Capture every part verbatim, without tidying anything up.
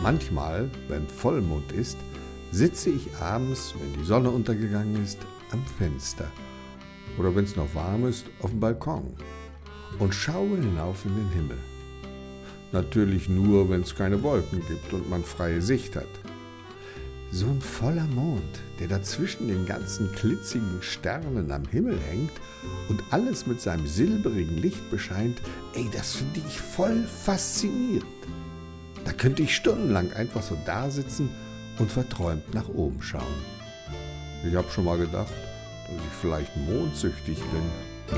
Manchmal, wenn Vollmond ist, sitze ich abends, wenn die Sonne untergegangen ist, am Fenster oder wenn es noch warm ist, auf dem Balkon und schaue hinauf in den Himmel. Natürlich nur, wenn es keine Wolken gibt und man freie Sicht hat. So ein voller Mond, der dazwischen den ganzen klitzigen Sternen am Himmel hängt und alles mit seinem silberigen Licht bescheint, ey, das finde ich voll faszinierend. Da könnte ich stundenlang einfach so da sitzen und verträumt nach oben schauen. Ich habe schon mal gedacht, dass ich vielleicht mondsüchtig bin.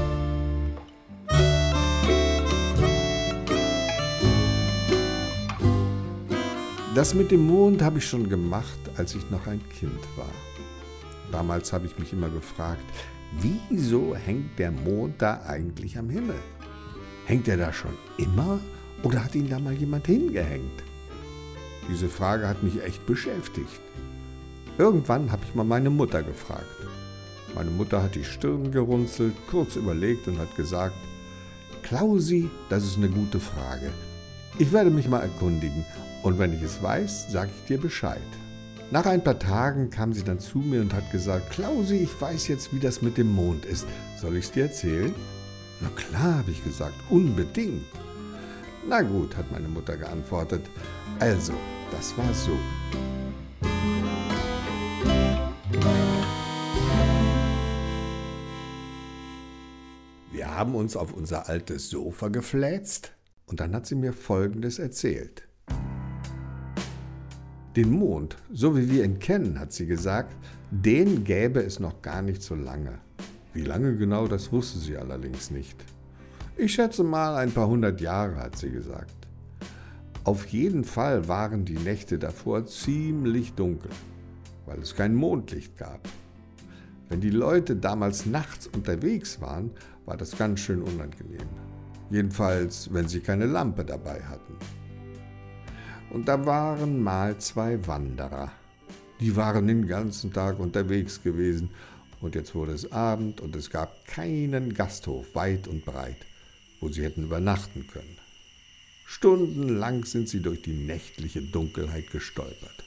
Das mit dem Mond habe ich schon gemacht, als ich noch ein Kind war. Damals habe ich mich immer gefragt, wieso hängt der Mond da eigentlich am Himmel? Hängt er da schon immer oder hat ihn da mal jemand hingehängt? Diese Frage hat mich echt beschäftigt. Irgendwann habe ich mal meine Mutter gefragt. Meine Mutter hat die Stirn gerunzelt, kurz überlegt und hat gesagt, Klausi, das ist eine gute Frage. Ich werde mich mal erkundigen und wenn ich es weiß, sage ich dir Bescheid. Nach ein paar Tagen kam sie dann zu mir und hat gesagt, Klausi, ich weiß jetzt, wie das mit dem Mond ist. Soll ich es dir erzählen? Na klar, habe ich gesagt, unbedingt. Na gut, hat meine Mutter geantwortet. Also, das war so. Wir haben uns auf unser altes Sofa gefläzt und dann hat sie mir Folgendes erzählt. Den Mond, so wie wir ihn kennen, hat sie gesagt, den gäbe es noch gar nicht so lange. Wie lange genau, das wusste sie allerdings nicht. Ich schätze mal ein paar hundert Jahre, hat sie gesagt. Auf jeden Fall waren die Nächte davor ziemlich dunkel, weil es kein Mondlicht gab. Wenn die Leute damals nachts unterwegs waren, war das ganz schön unangenehm. Jedenfalls, wenn sie keine Lampe dabei hatten. Und da waren mal zwei Wanderer. Die waren den ganzen Tag unterwegs gewesen und jetzt wurde es Abend und es gab keinen Gasthof weit und breit, wo sie hätten übernachten können. Stundenlang sind sie durch die nächtliche Dunkelheit gestolpert.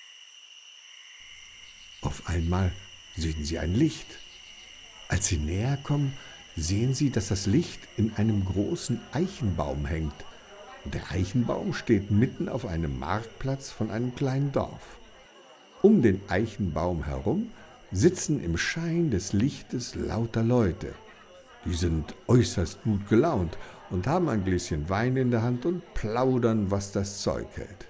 Auf einmal sehen sie ein Licht. Als sie näher kommen, sehen sie, dass das Licht in einem großen Eichenbaum hängt. Und der Eichenbaum steht mitten auf einem Marktplatz von einem kleinen Dorf. Um den Eichenbaum herum sitzen im Schein des Lichtes lauter Leute. Die sind äußerst gut gelaunt und haben ein Gläschen Wein in der Hand und plaudern, was das Zeug hält.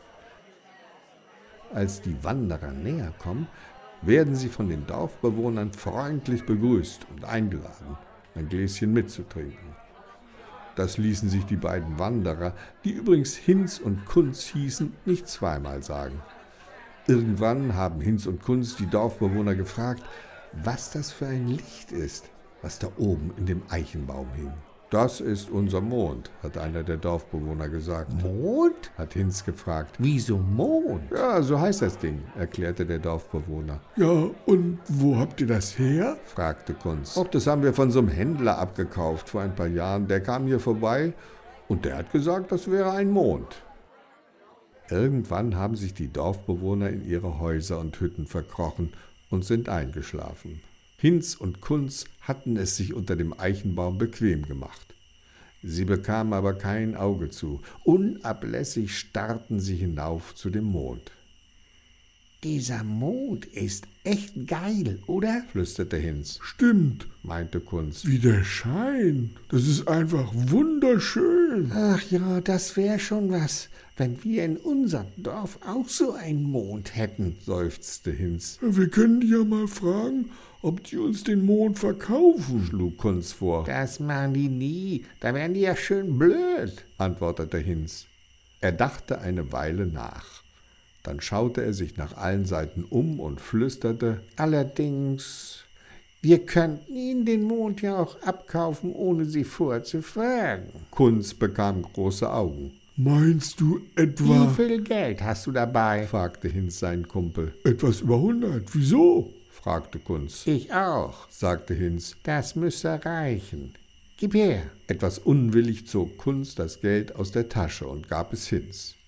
Als die Wanderer näher kommen, werden sie von den Dorfbewohnern freundlich begrüßt und eingeladen, ein Gläschen mitzutrinken. Das ließen sich die beiden Wanderer, die übrigens Hinz und Kunz hießen, nicht zweimal sagen. Irgendwann haben Hinz und Kunz die Dorfbewohner gefragt, was das für ein Licht ist, was da oben in dem Eichenbaum hing. Das ist unser Mond, hat einer der Dorfbewohner gesagt. Mond? Hat Hinz gefragt. Wieso Mond? Ja, so heißt das Ding, erklärte der Dorfbewohner. Ja, und wo habt ihr das her? Fragte Kunz. Ach, das haben wir von so einem Händler abgekauft vor ein paar Jahren. Der kam hier vorbei und der hat gesagt, das wäre ein Mond. Irgendwann haben sich die Dorfbewohner in ihre Häuser und Hütten verkrochen und sind eingeschlafen. Hinz und Kunz hatten es sich unter dem Eichenbaum bequem gemacht. Sie bekamen aber kein Auge zu. Unablässig starrten sie hinauf zu dem Mond. »Dieser Mond ist echt geil, oder?« flüsterte Hinz. »Stimmt«, meinte Kunz. »Wie der scheint. Das ist einfach wunderschön.« »Ach ja, das wäre schon was, wenn wir in unserem Dorf auch so einen Mond hätten«, seufzte Hinz. »Wir können die ja mal fragen, ob die uns den Mond verkaufen«, schlug Kunz vor. »Das machen die nie, da wären die ja schön blöd«, antwortete Hinz. Er dachte eine Weile nach. Dann schaute er sich nach allen Seiten um und flüsterte, »Allerdings, wir könnten ihnen den Mond ja auch abkaufen, ohne sie vorher zu fragen.« Kunz bekam große Augen. »Meinst du etwa...« »Wie viel Geld hast du dabei?« fragte Hinz seinen Kumpel. »Etwas über hundert. Wieso?« fragte Kunz. »Ich auch«, sagte Hinz. »Das müsste reichen. Gib her.« Etwas unwillig zog Kunz das Geld aus der Tasche und gab es Hinz.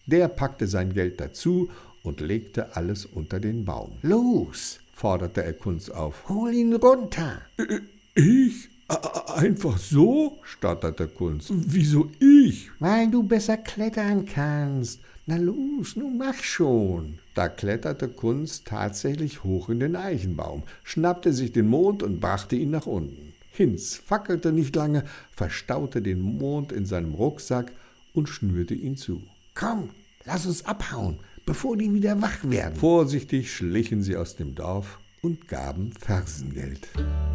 Der packte sein Geld dazu und legte alles unter den Baum. »Los«, forderte er Kunz auf. »hol ihn runter.« »Ich? Einfach so?« stotterte Kunz. »Wieso ich?« »Weil du besser klettern kannst. Na los, nun mach schon.« Da kletterte Kunz tatsächlich hoch in den Eichenbaum, schnappte sich den Mond und brachte ihn nach unten. Hinz fackelte nicht lange, verstaute den Mond in seinem Rucksack und schnürte ihn zu. »Komm, lass uns abhauen, bevor die wieder wach werden.« Vorsichtig schlichen sie aus dem Dorf und gaben Fersengeld.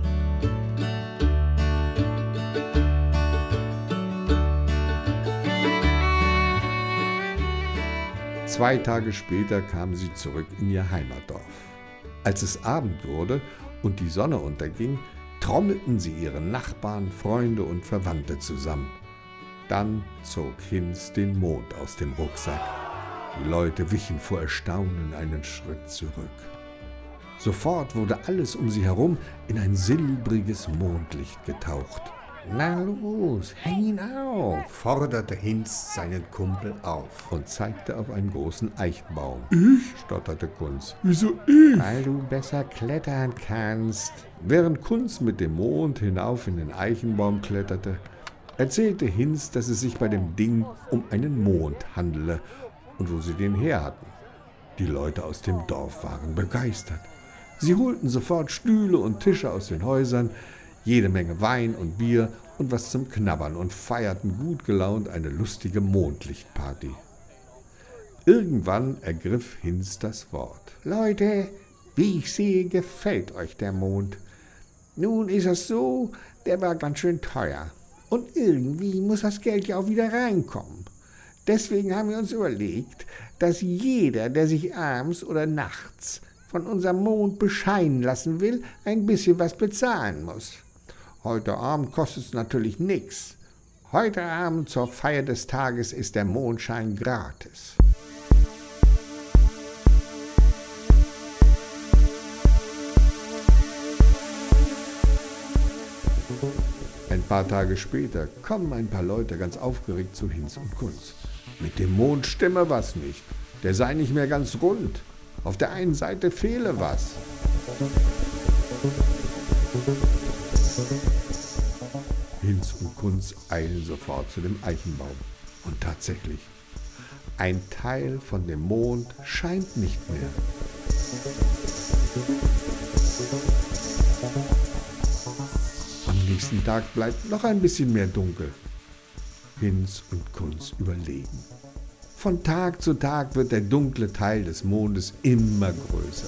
Zwei Tage später kamen sie zurück in ihr Heimatdorf. Als es Abend wurde und die Sonne unterging, trommelten sie ihre Nachbarn, Freunde und Verwandte zusammen. Dann zog Hinz den Mond aus dem Rucksack. Die Leute wichen vor Erstaunen einen Schritt zurück. Sofort wurde alles um sie herum in ein silbriges Mondlicht getaucht. »Na los, häng ihn auf«, forderte Hinz seinen Kumpel auf und zeigte auf einen großen Eichenbaum. »Ich?«, stotterte Kunz. »Wieso ich?« »Weil du besser klettern kannst.« Während Kunz mit dem Mond hinauf in den Eichenbaum kletterte, erzählte Hinz, dass es sich bei dem Ding um einen Mond handele und wo sie den her hatten. Die Leute aus dem Dorf waren begeistert. Sie holten sofort Stühle und Tische aus den Häusern, jede Menge Wein und Bier und was zum Knabbern und feierten gut gelaunt eine lustige Mondlichtparty. Irgendwann ergriff Hinz das Wort. »Leute, wie ich sehe, gefällt euch der Mond. Nun ist es so, der war ganz schön teuer. Und irgendwie muss das Geld ja auch wieder reinkommen. Deswegen haben wir uns überlegt, dass jeder, der sich abends oder nachts von unserem Mond bescheinen lassen will, ein bisschen was bezahlen muss. Heute Abend kostet es natürlich nichts. Heute Abend zur Feier des Tages ist der Mondschein gratis.« Ein paar Tage später kommen ein paar Leute ganz aufgeregt zu Hinz und Kunz. Mit dem Mond stimme was nicht. Der sei nicht mehr ganz rund. Auf der einen Seite fehle was. Hinz und Kunz eilen sofort zu dem Eichenbaum. Und tatsächlich, ein Teil von dem Mond scheint nicht mehr. Am nächsten Tag bleibt noch ein bisschen mehr dunkel. Hinz und Kunz überlegen. Von Tag zu Tag wird der dunkle Teil des Mondes immer größer.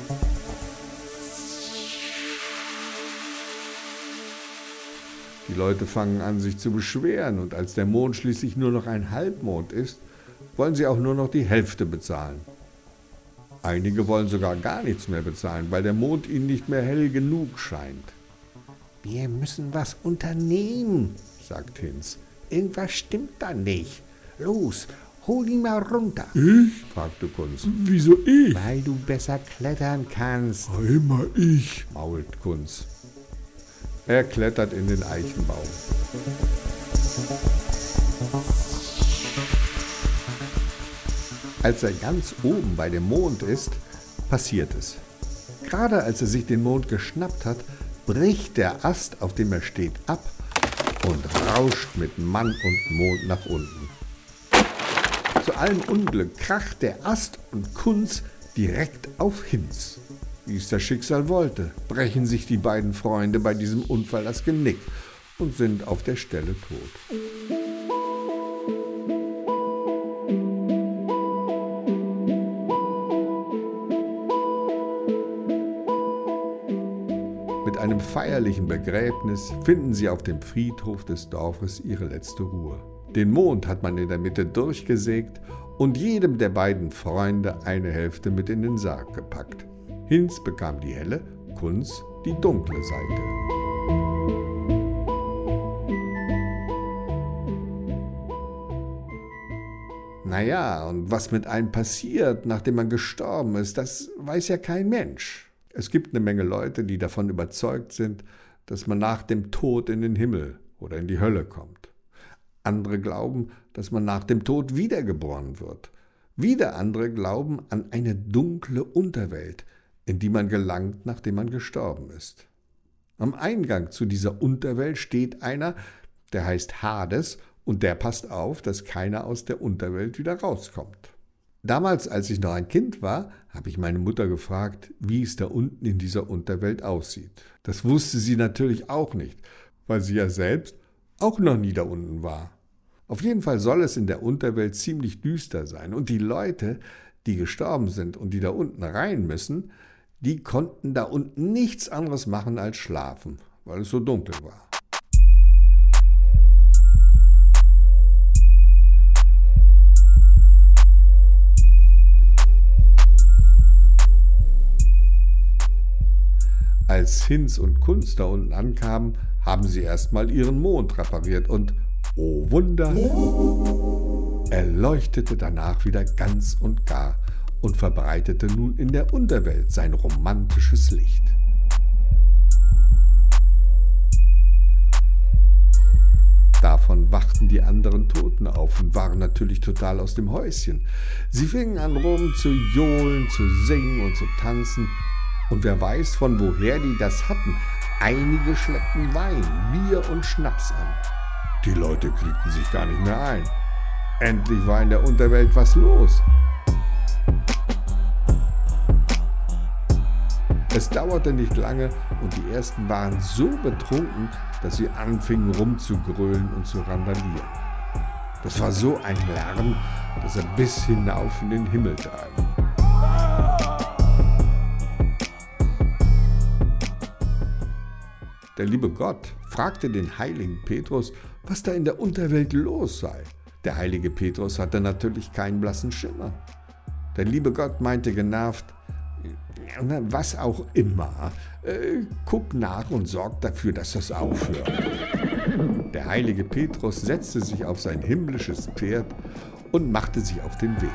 Die Leute fangen an, sich zu beschweren, und als der Mond schließlich nur noch ein Halbmond ist, wollen sie auch nur noch die Hälfte bezahlen. Einige wollen sogar gar nichts mehr bezahlen, weil der Mond ihnen nicht mehr hell genug scheint. »Wir müssen was unternehmen«, sagt Hinz. »Irgendwas stimmt da nicht. Los, hol ihn mal runter.« »Ich?«, fragte Kunz. »Wieso ich?« »Weil du besser klettern kannst.« »Immer ich«, mault Kunz. Er klettert in den Eichenbaum. Als er ganz oben bei dem Mond ist, passiert es. Gerade als er sich den Mond geschnappt hat, bricht der Ast, auf dem er steht, ab und rauscht mit Mann und Mond nach unten. Zu allem Unglück kracht der Ast und Kunz direkt auf Hinz. Wie es das Schicksal wollte, brechen sich die beiden Freunde bei diesem Unfall das Genick und sind auf der Stelle tot. Mit einem feierlichen Begräbnis finden sie auf dem Friedhof des Dorfes ihre letzte Ruhe. Den Mond hat man in der Mitte durchgesägt und jedem der beiden Freunde eine Hälfte mit in den Sarg gepackt. Hinz bekam die helle, Kunz die dunkle Seite. Naja, und was mit einem passiert, nachdem man gestorben ist, das weiß ja kein Mensch. Es gibt eine Menge Leute, die davon überzeugt sind, dass man nach dem Tod in den Himmel oder in die Hölle kommt. Andere glauben, dass man nach dem Tod wiedergeboren wird. Wieder andere glauben an eine dunkle Unterwelt, in die man gelangt, nachdem man gestorben ist. Am Eingang zu dieser Unterwelt steht einer, der heißt Hades, und der passt auf, dass keiner aus der Unterwelt wieder rauskommt. Damals, als ich noch ein Kind war, habe ich meine Mutter gefragt, wie es da unten in dieser Unterwelt aussieht. Das wusste sie natürlich auch nicht, weil sie ja selbst auch noch nie da unten war. Auf jeden Fall soll es in der Unterwelt ziemlich düster sein, und die Leute, die gestorben sind und die da unten rein müssen, die konnten da unten nichts anderes machen als schlafen, weil es so dunkel war. Als Hinz und Kunz da unten ankamen, haben sie erstmal ihren Mond repariert und, oh Wunder, er leuchtete danach wieder ganz und gar und verbreitete nun in der Unterwelt sein romantisches Licht. Davon wachten die anderen Toten auf und waren natürlich total aus dem Häuschen. Sie fingen an rum zu johlen, zu singen und zu tanzen. Und wer weiß, von woher die das hatten. Einige schleppten Wein, Bier und Schnaps an. Die Leute kriegten sich gar nicht mehr ein. Endlich war in der Unterwelt was los. Es dauerte nicht lange und die ersten waren so betrunken, dass sie anfingen rumzugrölen und zu randalieren. Das war so ein Lärm, dass er bis hinauf in den Himmel drang. Der liebe Gott fragte den heiligen Petrus, was da in der Unterwelt los sei. Der heilige Petrus hatte natürlich keinen blassen Schimmer. Der liebe Gott meinte genervt, was auch immer, äh, guck nach und sorg dafür, dass das aufhört. Der heilige Petrus setzte sich auf sein himmlisches Pferd und machte sich auf den Weg.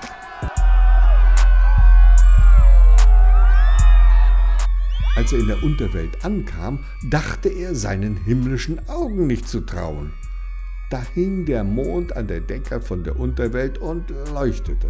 Als er in der Unterwelt ankam, dachte er, seinen himmlischen Augen nicht zu trauen. Da hing der Mond an der Decke von der Unterwelt und leuchtete.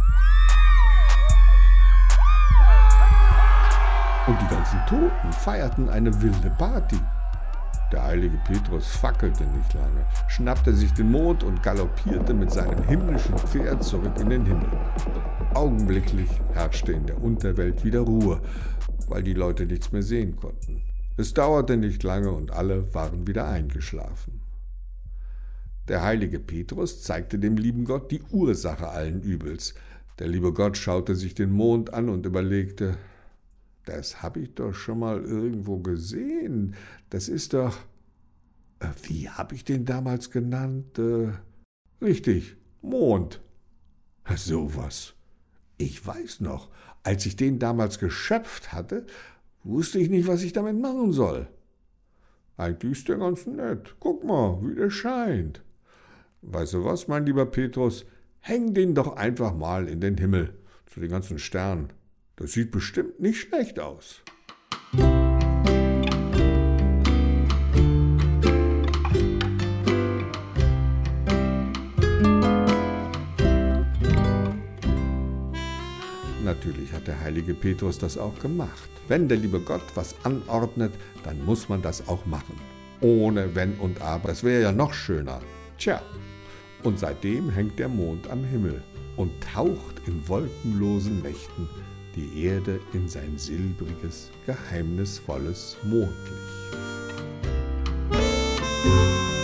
Und die ganzen Toten feierten eine wilde Party. Der heilige Petrus fackelte nicht lange, schnappte sich den Mond und galoppierte mit seinem himmlischen Pferd zurück in den Himmel. Augenblicklich herrschte in der Unterwelt wieder Ruhe, weil die Leute nichts mehr sehen konnten. Es dauerte nicht lange und alle waren wieder eingeschlafen. Der heilige Petrus zeigte dem lieben Gott die Ursache allen Übels. Der liebe Gott schaute sich den Mond an und überlegte, das habe ich doch schon mal irgendwo gesehen. Das ist doch... Äh, wie habe ich den damals genannt? Äh, richtig, Mond. So was. Ich weiß noch, als ich den damals geschöpft hatte, wusste ich nicht, was ich damit machen soll. Eigentlich ist der ganz nett. Guck mal, wie der scheint. Weißt du was, mein lieber Petrus? Häng den doch einfach mal in den Himmel, zu den ganzen Sternen. Das sieht bestimmt nicht schlecht aus. Natürlich hat der heilige Petrus das auch gemacht. Wenn der liebe Gott was anordnet, dann muss man das auch machen. Ohne Wenn und Aber. Das wäre ja noch schöner. Tja, und seitdem hängt der Mond am Himmel und taucht in wolkenlosen Nächten die Erde in sein silbriges, geheimnisvolles Mondlicht.